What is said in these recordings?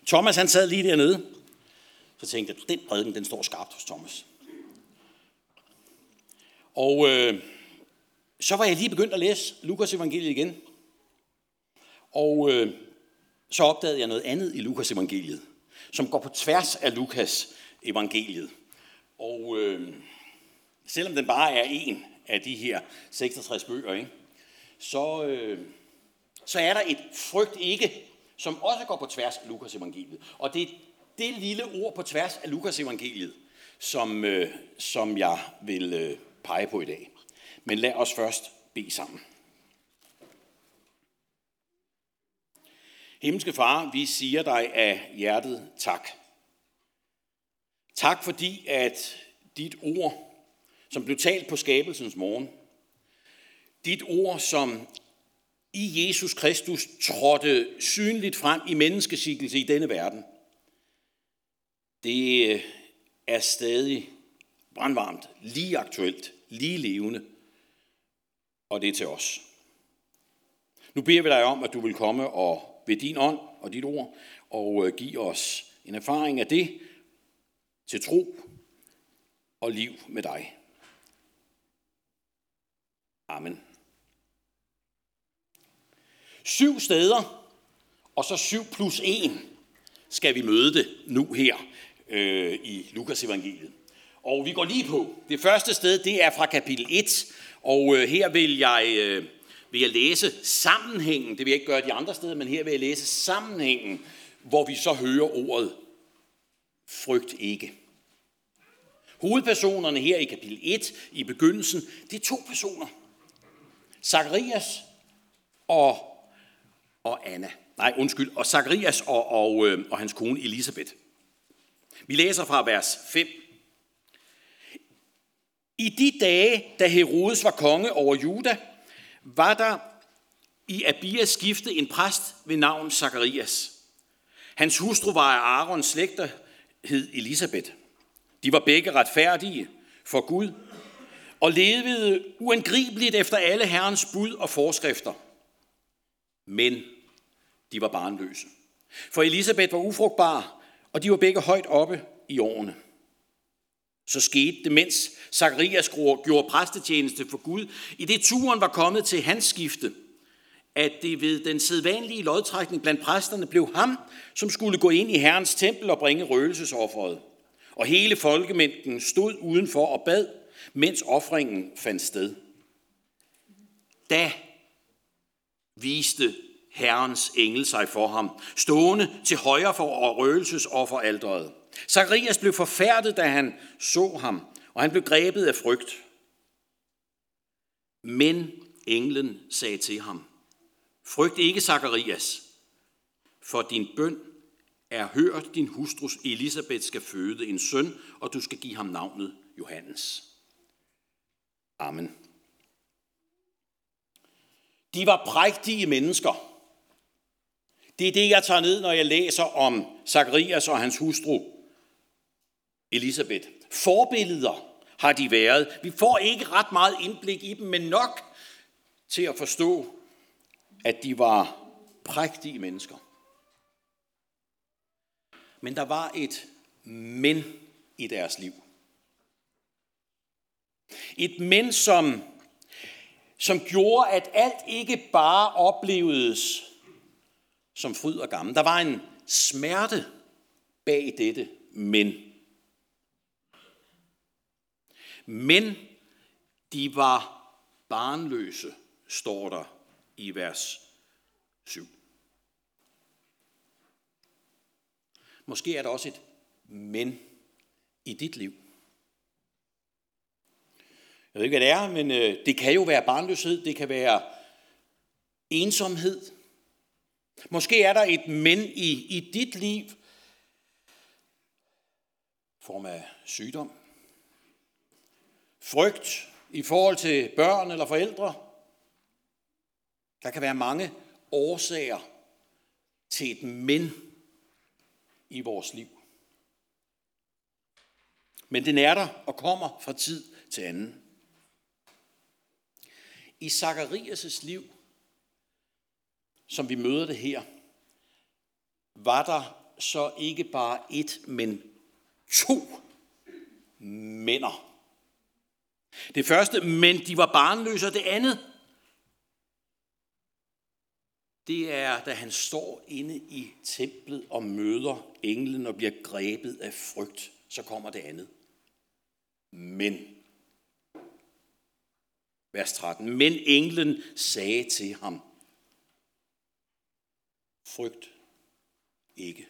Thomas han sad lige dernede. Så tænkte jeg, den prædiken, den står skarpt hos Thomas. Og så var jeg lige begyndt at læse Lukas evangeliet igen. Og så opdagede jeg noget andet i Lukas evangeliet, som går på tværs af Lukas evangeliet. Og selvom den bare er en af de her 66 bøger, ikke, så er der et frygt ikke, som også går på tværs af Lukas evangeliet. Og det er det lille ord på tværs af Lukas evangeliet, som jeg vil pege på i dag. Men lad os først bede sammen. Himmelske Far, vi siger dig af hjertet tak. Tak fordi, at dit ord, som blev talt på skabelsens morgen, dit ord, som i Jesus Kristus trådte synligt frem i menneskeskikkelse i denne verden, det er stadig brandvarmt, lige aktuelt, lige levende, og det er til os. Nu beder vi dig om, at du vil komme og ved din ånd og dit ord, og give os en erfaring af det til tro og liv med dig. Amen. 7 steder, og så 7 plus 1 skal vi møde det nu her i Lukas evangeliet. Og vi går lige på. Det første sted, det er fra kapitel 1, og her vil jeg læse sammenhængen. Det vil jeg ikke gøre de andre steder, men her vil jeg læse sammenhængen, hvor vi så hører ordet frygt ikke. Hovedpersonerne her i kapitel 1 i begyndelsen, det er 2 personer. Zakarias og Anna. Og Zakarias og hans kone Elisabeth. Vi læser fra vers 5. I de dage, da Herodes var konge over Juda, var der i Abias skifte en præst ved navn Zakarias. Hans hustru var af Aarons slægter, hed Elisabeth. De var begge retfærdige for Gud og levede uangribeligt efter alle Herrens bud og forskrifter. Men de var barnløse. For Elisabeth var ufrugtbar, og de var begge højt oppe i årene. Så skete det, mens Zakarias gjorde præstetjeneste for Gud, i det turen var kommet til hans skifte, at det ved den sædvanlige lodtrækning blandt præsterne blev ham, som skulle gå ind i Herrens tempel og bringe røgelsesofferet. Og hele folkemængden stod udenfor og bad, mens ofringen fandt sted. Da viste Herrens engel sig for ham, stående til højre for røgelsesofferalteret. Zakarias blev forfærdet, da han så ham, og han blev grebet af frygt. Men englen sagde til ham, frygt ikke, Zakarias, for din bøn er hørt, din hustru Elisabeth skal føde en søn, og du skal give ham navnet Johannes. Amen. De var prægtige mennesker. Det er det, jeg tager ned, når jeg læser om Zakarias og hans hustru Elisabeth. Forbilleder har de været. Vi får ikke ret meget indblik i dem, men nok til at forstå, at de var prægtige mennesker. Men der var et men i deres liv. Et men, som gjorde, at alt ikke bare oplevedes som fryd og gammel. Der var en smerte bag dette men. Men de var barnløse, står der i vers 7. Måske er der også et men i dit liv. Jeg ved ikke, hvad det er, men det kan jo være barnløshed, det kan være ensomhed. Måske er der et men i dit liv, i form af sygdom, frygt i forhold til børn eller forældre. Der kan være mange årsager til et men i vores liv. Men den er der og kommer fra tid til anden. I Zakarias' liv, som vi møder det her, var der så ikke bare et, men 2 mænder. Det første, men de var barnløse, og det andet, det er, da han står inde i templet og møder englen og bliver grebet af frygt, så kommer det andet. Men, vers 13, men englen sagde til ham, frygt ikke.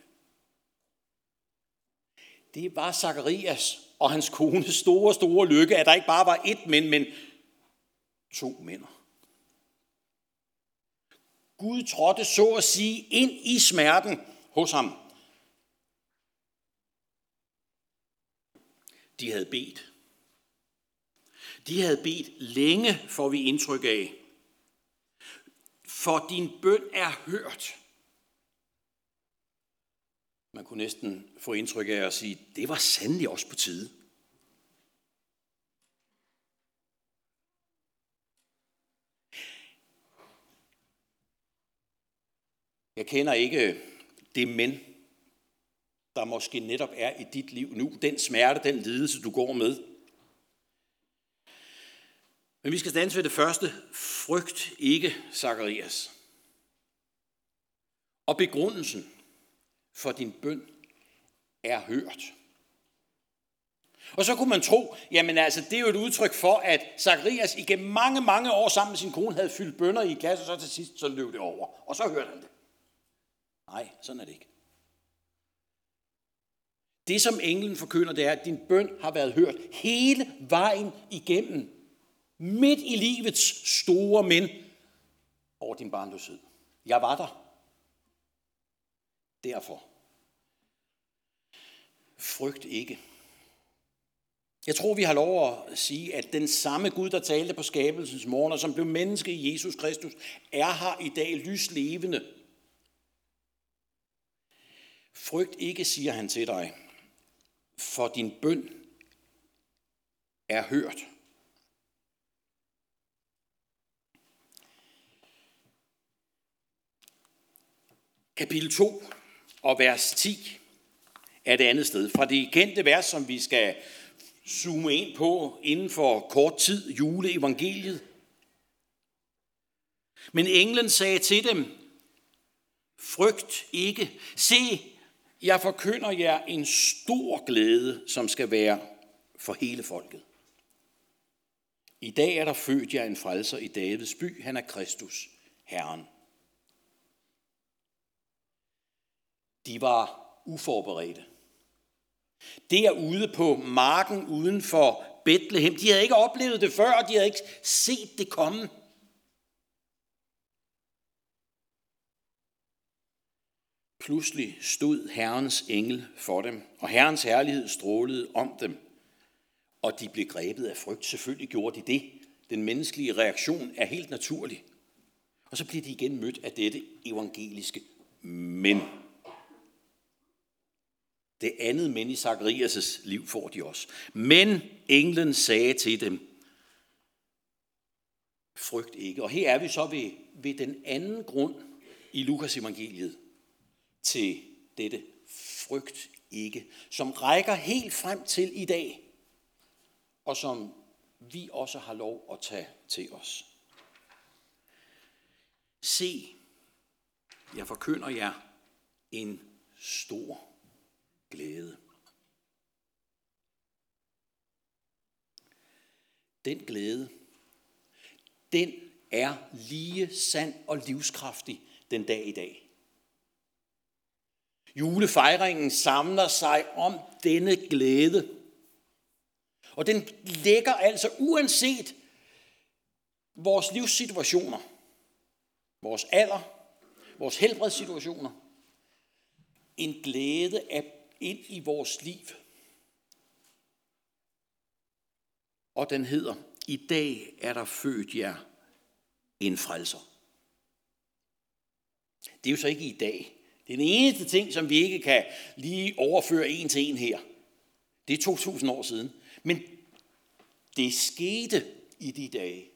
Det var Zakarias og hans kones store lykke, at der ikke bare var 1 mænd, men 2 mænd. Gud trådte så at sige ind i smerten hos ham. De havde bedt. De havde bedt længe, får vi indtryk af. For din bøn er hørt. Man kunne næsten få indtryk af at sige, det var sandelig også på tide. Jeg kender ikke det men, der måske netop er i dit liv nu. Den smerte, den lidelse, du går med. Men vi skal standse ved det første. Frygt ikke, Zakarias. Og begrundelsen for din bøn er hørt. Og så kunne man tro, jamen altså, det er jo et udtryk for, at Zakarias igennem mange år sammen med sin kone havde fyldt bønner i et glas, og så til sidst så løb det over. Og så hørte han det. Nej, sådan er det ikke. Det, som englen forkynder, det er, at din bøn har været hørt hele vejen igennem. Midt i livets store men over din barnløshed. Jeg var der. Derfor. Frygt ikke. Jeg tror, vi har lov at sige, at den samme Gud, der talte på skabelsens morgen, og som blev menneske i Jesus Kristus, er her i dag lyslevende. Frygt ikke, siger han til dig, for din bøn er hørt. Kapitel 2 og vers 10 er det andet sted. Fra det kendte vers, som vi skal zoome ind på inden for kort tid, juleevangeliet. Men englen sagde til dem, frygt ikke. Se, jeg forkynder jer en stor glæde, som skal være for hele folket. I dag er der født jer en frelser i Davids by. Han er Kristus, Herren. De var uforberedte. Derude på marken uden for Betlehem, de havde ikke oplevet det før, og de havde ikke set det komme. Pludselig stod Herrens engel for dem, og Herrens herlighed strålede om dem, og de blev grebet af frygt. Selvfølgelig gjorde de det. Den menneskelige reaktion er helt naturlig. Og så bliver de igen mødt af dette evangeliske men. Det andet men i Zakarias' liv får de også. Men englen sagde til dem, frygt ikke. Og her er vi så ved den anden grund i Lukas evangeliet til dette frygt ikke, som rækker helt frem til i dag, og som vi også har lov at tage til os. Se, jeg forkynder jer en stor glæde. Den glæde, den er lige sand og livskraftig den dag i dag. Julefejringen samler sig om denne glæde. Og den lægger altså uanset vores livssituationer, vores alder, vores helbredssituationer, en glæde ind i vores liv. Og den hedder, i dag er der født jer en frelser. Det er jo så ikke i dag. Det er den eneste ting, som vi ikke kan lige overføre en til en her. Det er 2000 år siden. Men det skete i de dage.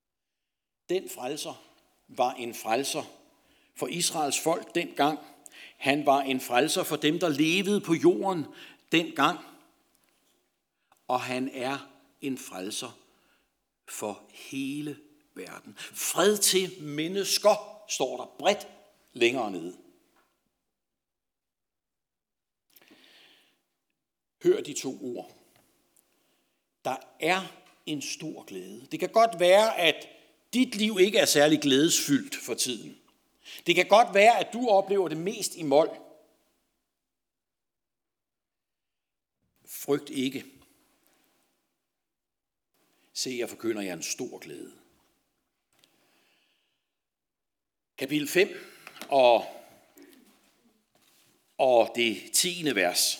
Den frelser var en frelser for Israels folk dengang. Han var en frelser for dem, der levede på jorden dengang. Og han er en frelser for hele verden. Fred til mennesker, står der bredt længere nede. Hør de to ord. Der er en stor glæde. Det kan godt være, at dit liv ikke er særlig glædesfyldt for tiden. Det kan godt være, at du oplever det mest i mol. Frygt ikke. Se, jeg forkynder jer en stor glæde. Kapitel 5 og det 10. vers.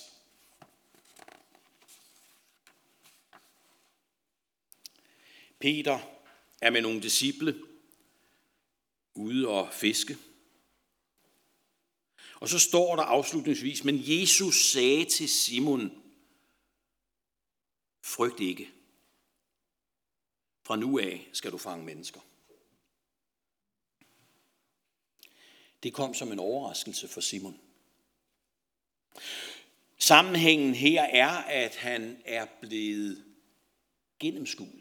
Peter er med nogle disciple ude og fiske. Og så står der afslutningsvis, men Jesus sagde til Simon, frygt ikke. Fra nu af skal du fange mennesker. Det kom som en overraskelse for Simon. Sammenhængen her er, at han er blevet gennemskuet.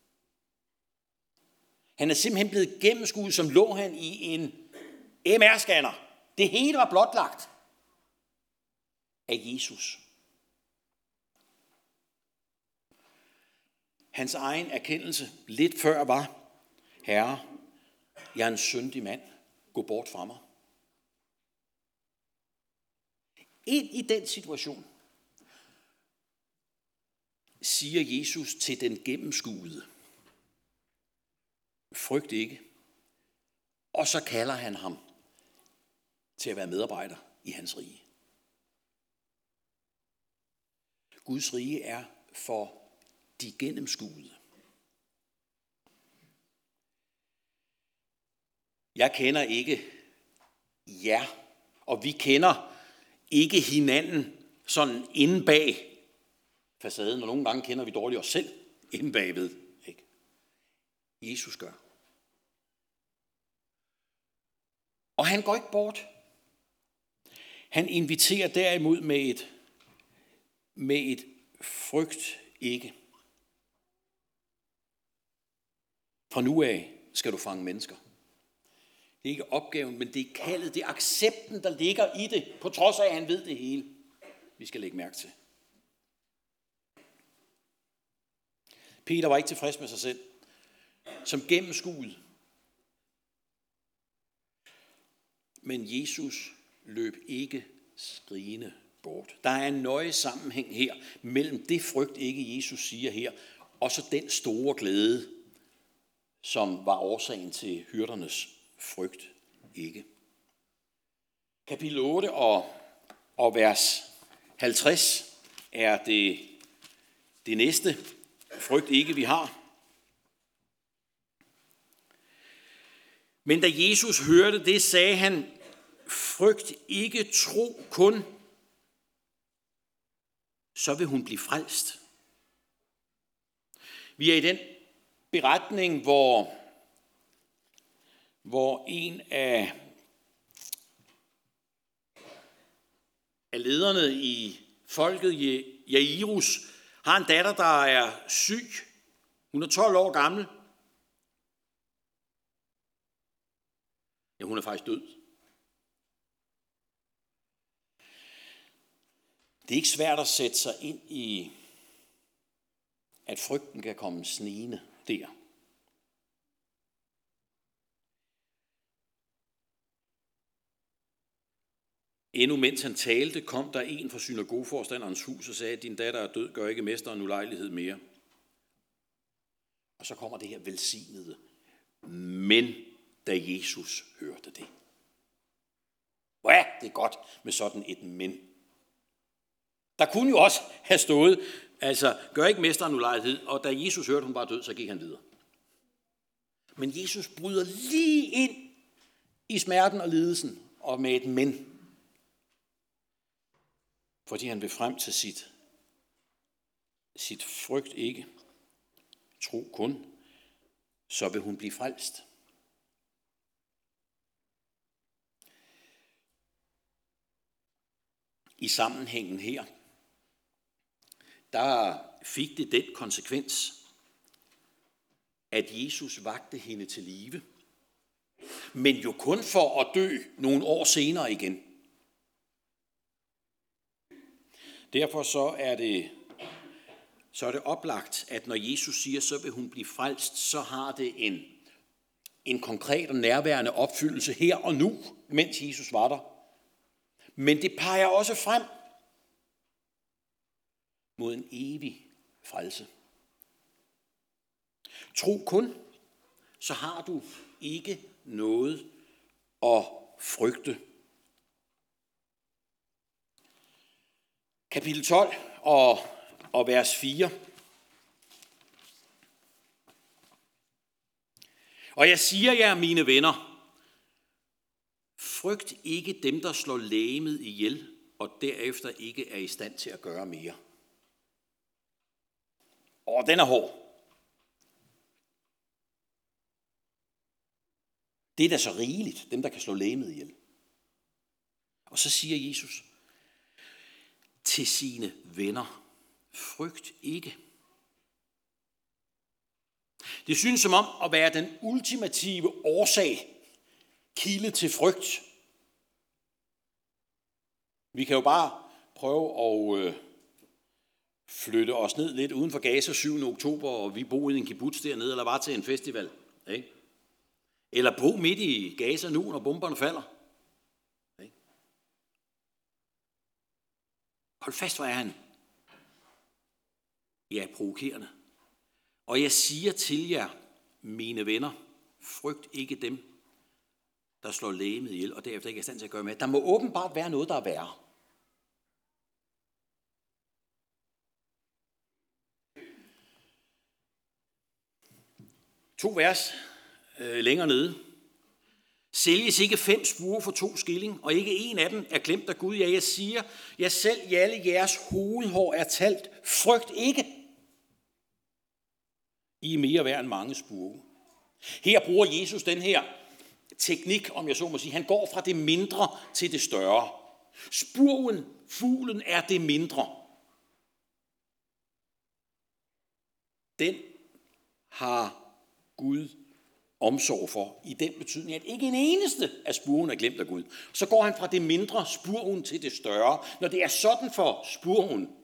Han er simpelthen blevet gennemskuet, som lå han i en MR-scanner. Det hele var blotlagt af Jesus. Hans egen erkendelse lidt før var, Herre, jeg er en syndig mand, gå bort fra mig. Ind i den situation siger Jesus til den gennemskuede, frygt ikke. Og så kalder han ham til at være medarbejder i hans rige. Guds rige er for de gennemskuede. Jeg kender ikke jer, og vi kender ikke hinanden sådan inde bag facaden, og nogle gange kender vi dårligt os selv inde bagved. Ikke? Jesus gør. Og han går ikke bort. Han inviterer derimod med et frygt ikke. Fra nu af skal du fange mennesker. Det er ikke opgaven, men det er kaldet, det er accepten, der ligger i det, på trods af, at han ved det hele. Vi skal lægge mærke til. Peter var ikke tilfreds med sig selv, som gennemskuet. Men Jesus løb ikke skrigende bort. Der er en nøje sammenhæng her mellem det frygt ikke, Jesus siger her, og så den store glæde, som var årsagen til hyrdernes frygt ikke. Kapitel 8 og vers 50 er det næste frygt ikke, vi har. Men da Jesus hørte det, sagde han, frygt ikke, tro kun, så vil hun blive frelst. Vi er i den beretning, hvor en af lederne i folket, Jairus, har en datter, der er syg. Hun er 12 år gammel. Ja, hun er faktisk død. Det er ikke svært at sætte sig ind i, at frygten kan komme snigende der. Endnu mens han talte, kom der en fra synagogeforstanderens hus og sagde, din datter er død, gør ikke mesteren ulejlighed mere. Og så kommer det her velsignede. Men da Jesus hørte det. Ja, det er godt med sådan et men. Der kunne jo også have stået, altså gør ikke mesteren ulejlighed, og da Jesus hørte, hun var død, så gik han videre. Men Jesus bryder lige ind i smerten og lidelsen, og med et men. Fordi han vil frem til sit frygt ikke, tro kun, så vil hun blive frelst. i sammenhængen her, der fik det den konsekvens, at Jesus vakte hende til live, men jo kun for at dø nogle år senere igen. Derfor så er det oplagt, at når Jesus siger, så vil hun blive frelst, så har det en konkret og nærværende opfyldelse her og nu, mens Jesus var der. Men det peger også frem mod en evig frelse. Tro kun, så har du ikke noget at frygte. Kapitel 12 og vers 4. Og jeg siger jer, mine venner, frygt ikke dem, der slår legemet ihjel, og derefter ikke er i stand til at gøre mere. Og den er hård. Det er da så rigeligt, dem der kan slå legemet ihjel. Og så siger Jesus til sine venner, frygt ikke. Det synes som om at være den ultimative årsag, kilde til frygt. Vi kan jo bare prøve at flytte os ned lidt uden for Gaza 7. oktober, og vi boede i en kibbutz dernede, eller var til en festival. Ikke? Eller bo midt i Gaza nu, når bomberne falder. Ikke? Hold fast, hvor er han. Ja, provokerende. Og jeg siger til jer, mine venner, frygt ikke dem, der slår legemet ihjel, og derefter ikke er i stand til at gøre med. Der må åbenbart være noget, der er værre. To vers længere nede. Sælges ikke 5 spurve for 2 skilling, og ikke en af dem er glemt af Gud. Ja, jeg siger, jeg selv i alle jeres hovedhår er talt. Frygt ikke. I er mere værd end mange spurve. Her bruger Jesus den her teknik, om jeg så må sige. Han går fra det mindre til det større. Spurven, fuglen, er det mindre. Den har Gud omsorg for, i den betydning, at ikke en eneste af spurven er glemt af Gud. Så går han fra det mindre spurven til det større. Når det er sådan for spurven,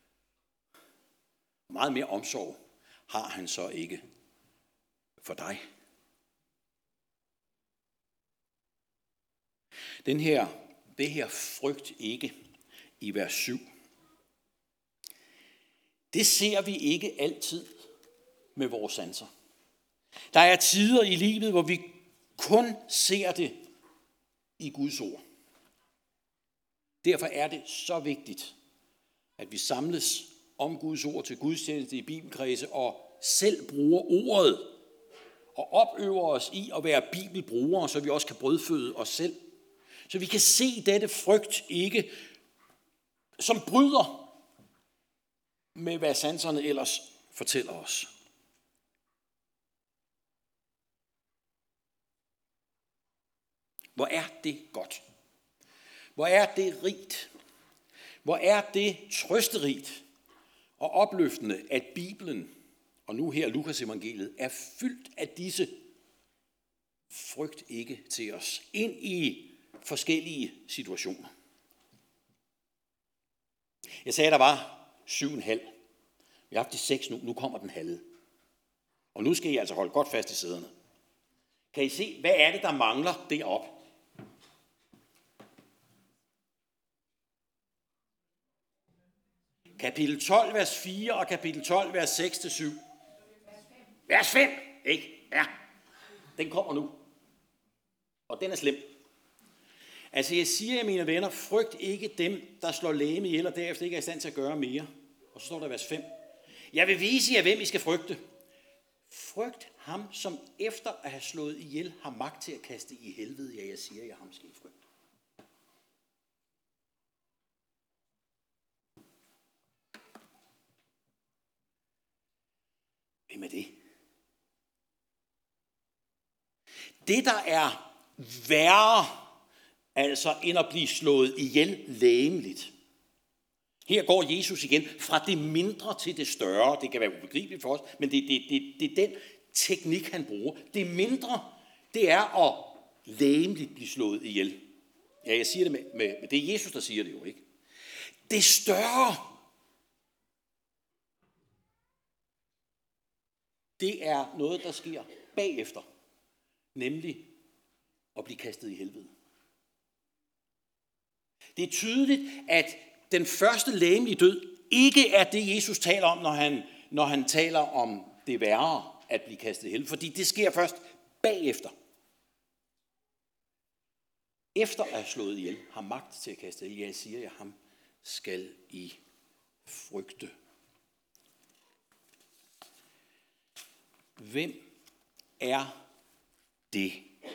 meget mere omsorg har han så ikke for dig. Det her frygt ikke i vers 7. Det ser vi ikke altid med vores sanser. Der er tider i livet, hvor vi kun ser det i Guds ord. Derfor er det så vigtigt, at vi samles om Guds ord til gudstjeneste i bibelkredse og selv bruger ordet og opøver os i at være bibelbrugere, så vi også kan brødføde os selv. Så vi kan se dette frygt ikke, som bryder med, hvad sanserne ellers fortæller os. Hvor er det godt. Hvor er det rigt. Hvor er det trøsterigt og opløftende, at Bibelen, og nu her Lukas evangeliet, er fyldt af disse frygt ikke til os ind i forskellige situationer. Jeg sagde, der var 7,5. Vi har haft de 6 nu. Nu kommer den halve. Og nu skal I altså holde godt fast i sæderne. Kan I se, hvad er det, der mangler deroppe? Kapitel 12, vers 4 og kapitel 12, vers 6-7. Vers 5, ikke? Ja, den kommer nu. Og den er slem. Altså jeg siger, mine venner, frygt ikke dem, der slår legemet ihjel, og derefter ikke er i stand til at gøre mere. Og så står der vers 5. Jeg vil vise jer, hvem I skal frygte. Frygt ham, som efter at have slået ihjel, har magt til at kaste i helvede. Ja, jeg siger, ham skal I frygte. Hvem er det? Det, der er værre, altså end at blive slået ihjel legemligt, Her går Jesus igen fra det mindre til det større. Det kan være ubegribeligt for os, men det er den teknik, han bruger. Det mindre, det er at legemligt blive slået ihjel. Ja, jeg siger det med det er Jesus, der siger det jo, ikke? Det større, det er noget, der sker bagefter, nemlig at blive kastet i helvede. Det er tydeligt, at den første legemlige død ikke er det, Jesus taler om, når han taler om det værre at blive kastet i helvede, fordi det sker først bagefter. Efter at have slået ihjel, har magt til at kaste ihjel. Jeg siger jer, ham skal I frygte. Hvem er det?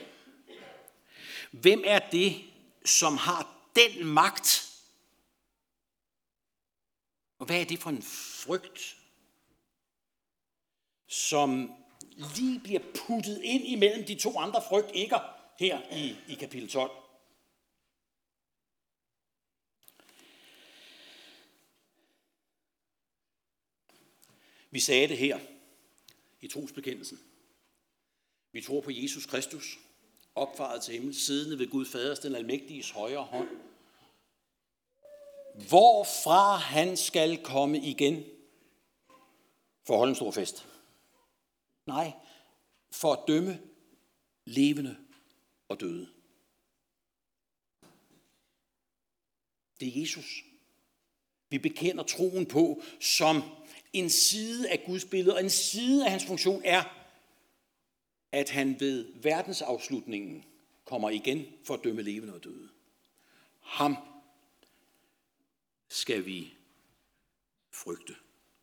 Hvem er det, som har den magt? Og hvad er det for en frygt, som lige bliver puttet ind imellem de to andre frygt-ikke her i kapitel 12? Vi sagde det her i trosbekendelsen. Vi tror på Jesus Kristus, opfaret til himmel, siddende ved Gud Faders, den almægtiges højre hånd, hvorfra han skal komme igen for at holde en stor fest. Nej, for at dømme levende og døde. Det er Jesus. Vi bekender troen på som en side af Guds billede, og en side af hans funktion er, at han ved verdensafslutningen kommer igen for at dømme levende og døde. Ham skal vi frygte.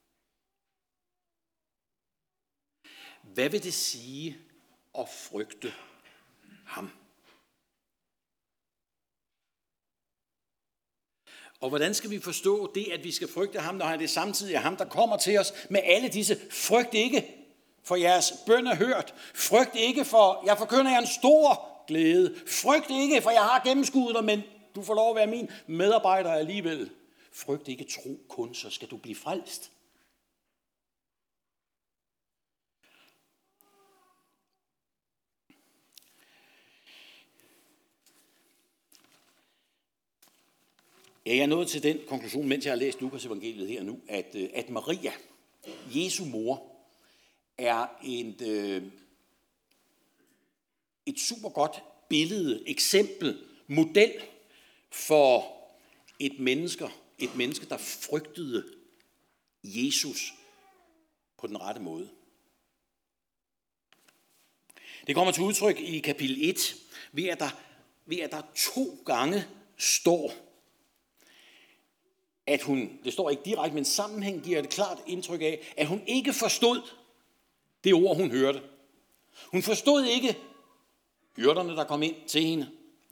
Hvad vil det sige at frygte ham? Og hvordan skal vi forstå det, at vi skal frygte ham, når han det samtidig er ham, der kommer til os med alle disse frygt ikke, for jeres bøn er hørt. Frygt ikke, for jeg forkynder jer en stor glæde. Frygt ikke, for jeg har gennemskuet dig, men du får lov at være min medarbejder alligevel. Frygt ikke, tro kun, så skal du blive frelst. Ja, jeg er nået til den konklusion, mens jeg har læst Lukas evangeliet her nu, at Maria, Jesu mor, er et super godt billede, eksempel, model for et menneske, der frygtede Jesus på den rette måde. Det kommer til udtryk i kapitel 1, ved at der 2 gange står, at hun, det står ikke direkte, men sammenhæng giver et klart indtryk af, at hun ikke forstod det ord, hun hørte. Hun forstod ikke hyrderne, der kom ind til hende.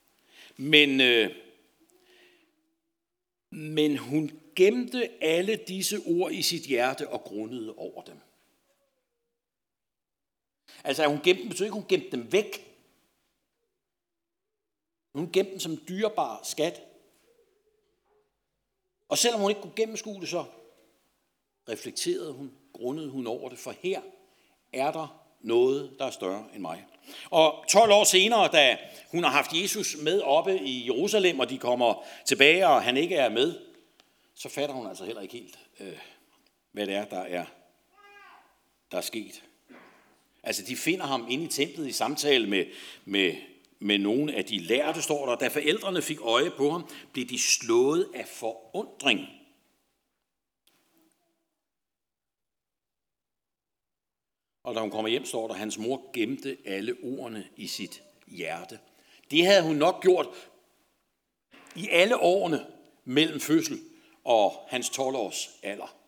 Men hun gemte alle disse ord i sit hjerte og grundede over dem. Altså, at hun gemte dem, betyder ikke, hun gemte dem væk. Hun gemte dem som dyrebar skat. Og selvom hun ikke kunne gennemskue det, så reflekterede hun, grundede hun over det, for her er der noget, der er større end mig. Og 12 år senere, da hun har haft Jesus med oppe i Jerusalem, og de kommer tilbage, og han ikke er med, så fatter hun altså heller ikke helt, hvad det er, der er sket. Altså, de finder ham inde i templet i samtale med nogle af de lærde, står der. Da forældrene fik øje på ham, blev de slået af forundring. Og da hun kommer hjem, står der, at hans mor gemte alle ordene i sit hjerte. Det havde hun nok gjort i alle årene mellem fødsel og hans 12-års alder.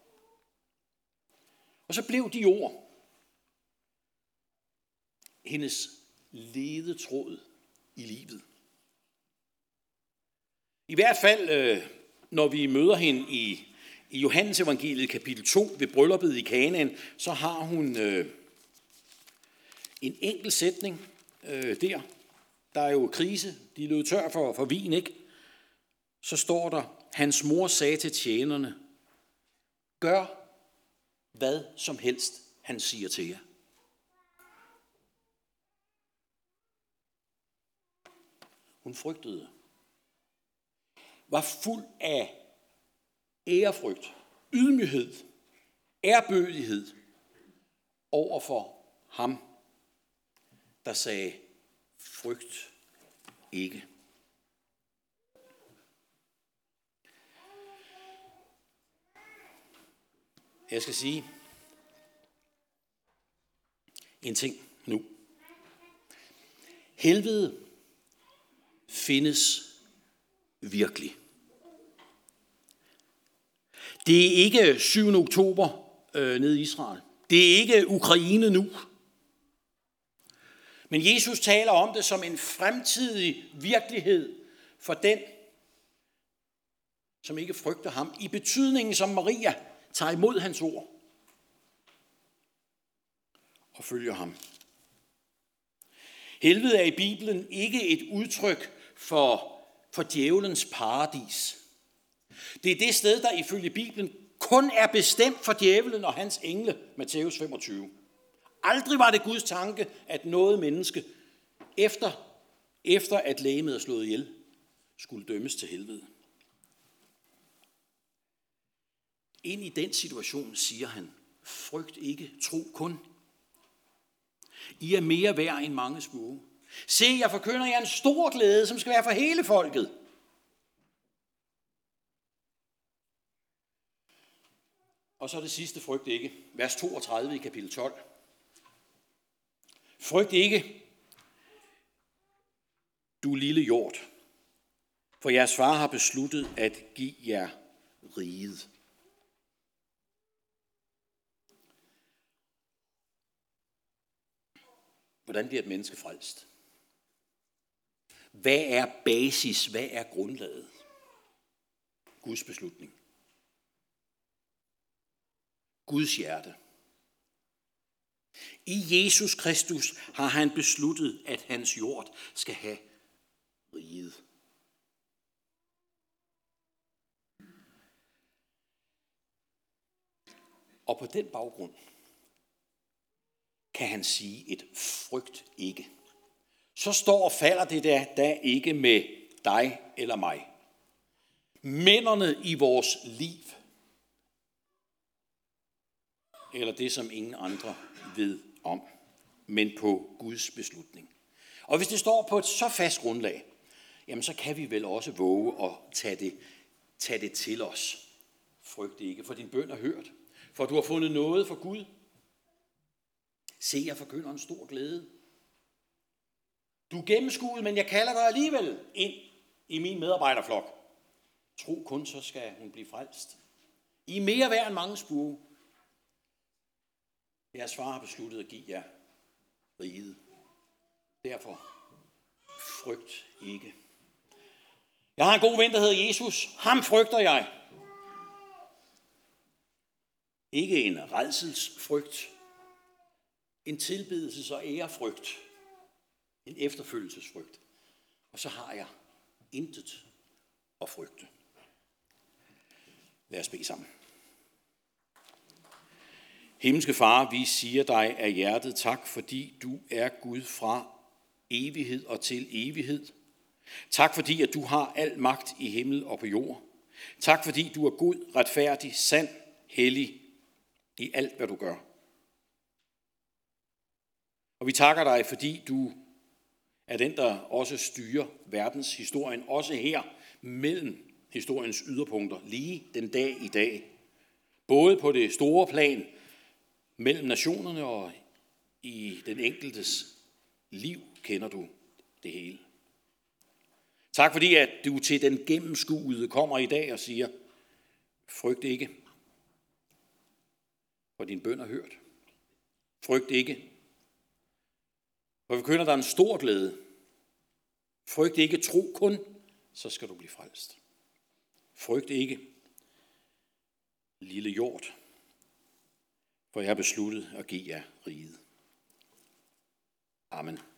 Og så blev de ord hendes ledetråd i livet. I hvert fald, når vi møder hende i Johannes evangeliet kapitel 2 ved brylluppet i Kanaan, så har hun en enkelt sætning der. Der er jo krise, de lød tør for vin, ikke? så står der, hans mor sagde til tjenerne, gør hvad som helst, han siger til jer. Hun frygtede, var fuld af ærefrygt, ydmyghed, ærbødighed over for ham, der sagde, frygt ikke. Jeg skal sige en ting nu. Helvede findes virkelig. Det er ikke 7. oktober nede i Israel. Det er ikke Ukraine nu. Men Jesus taler om det som en fremtidig virkelighed for den, som ikke frygter ham, i betydningen som Maria tager imod hans ord og følger ham. Helvede er i Bibelen ikke et udtryk for djævelens paradis. Det er det sted, der ifølge Bibelen kun er bestemt for djævelen og hans engle, Matthæus 25. Aldrig var det Guds tanke, at noget menneske, efter at legemet er slået ihjel, skulle dømmes til helvede. Ind i den situation siger han, frygt ikke, tro kun. I er mere værd end mange spurve. Se, jeg forkynder jer en stor glæde, som skal være for hele folket. Og så det sidste, frygt ikke. Vers 32 i kapitel 12. Frygt ikke, du lille hjort, for jeres far har besluttet at give jer riget. Hvordan bliver et menneske frelst? Hvad er basis? Hvad er grundlaget? Guds beslutning. Guds hjerte. I Jesus Kristus har han besluttet, at hans jord skal have riget. Og på den baggrund kan han sige et frygt ikke. Så står og falder det der ikke med dig eller mig. Mændene i vores liv. Eller det, som ingen andre ved om, men på Guds beslutning. Og hvis det står på et så fast grundlag, jamen så kan vi vel også våge at tage det til os. Frygt ikke, for din bøn er hørt. For du har fundet noget for Gud. Se, jeg forkynder en stor glæde. Du er gennemskuet, men jeg kalder dig alligevel ind i min medarbejderflok. Tro kun, så skal hun blive frelst. I er mere værd end mange spurve. Jeres far har besluttet at give jer riget. Derfor frygt ikke. Jeg har en god ven, der hedder Jesus. Ham frygter jeg. Ikke en rædselsfrygt. En tilbedelses- og ærefrygt. En efterfølgelsesfrygt. Og så har jeg intet at frygte. Lad os bede sammen. Himmelske Far, vi siger dig af hjertet tak, fordi du er Gud fra evighed og til evighed. Tak fordi, at du har al magt i himmel og på jord. Tak fordi du er god, retfærdig, sand, hellig i alt, hvad du gør. Og vi takker dig, fordi du er den, der også styrer verdenshistorien, også her mellem historiens yderpunkter, lige den dag i dag. Både på det store plan, mellem nationerne og i den enkeltes liv kender du det hele. Tak fordi, at du til den gennemskuede kommer i dag og siger, frygt ikke, for din bøn er hørt. Frygt ikke, for vi kønner dig en stor glæde. Frygt ikke, tro kun, så skal du blive frelst. Frygt ikke, lille hjort, for jeg har besluttet at give jer riget. Amen.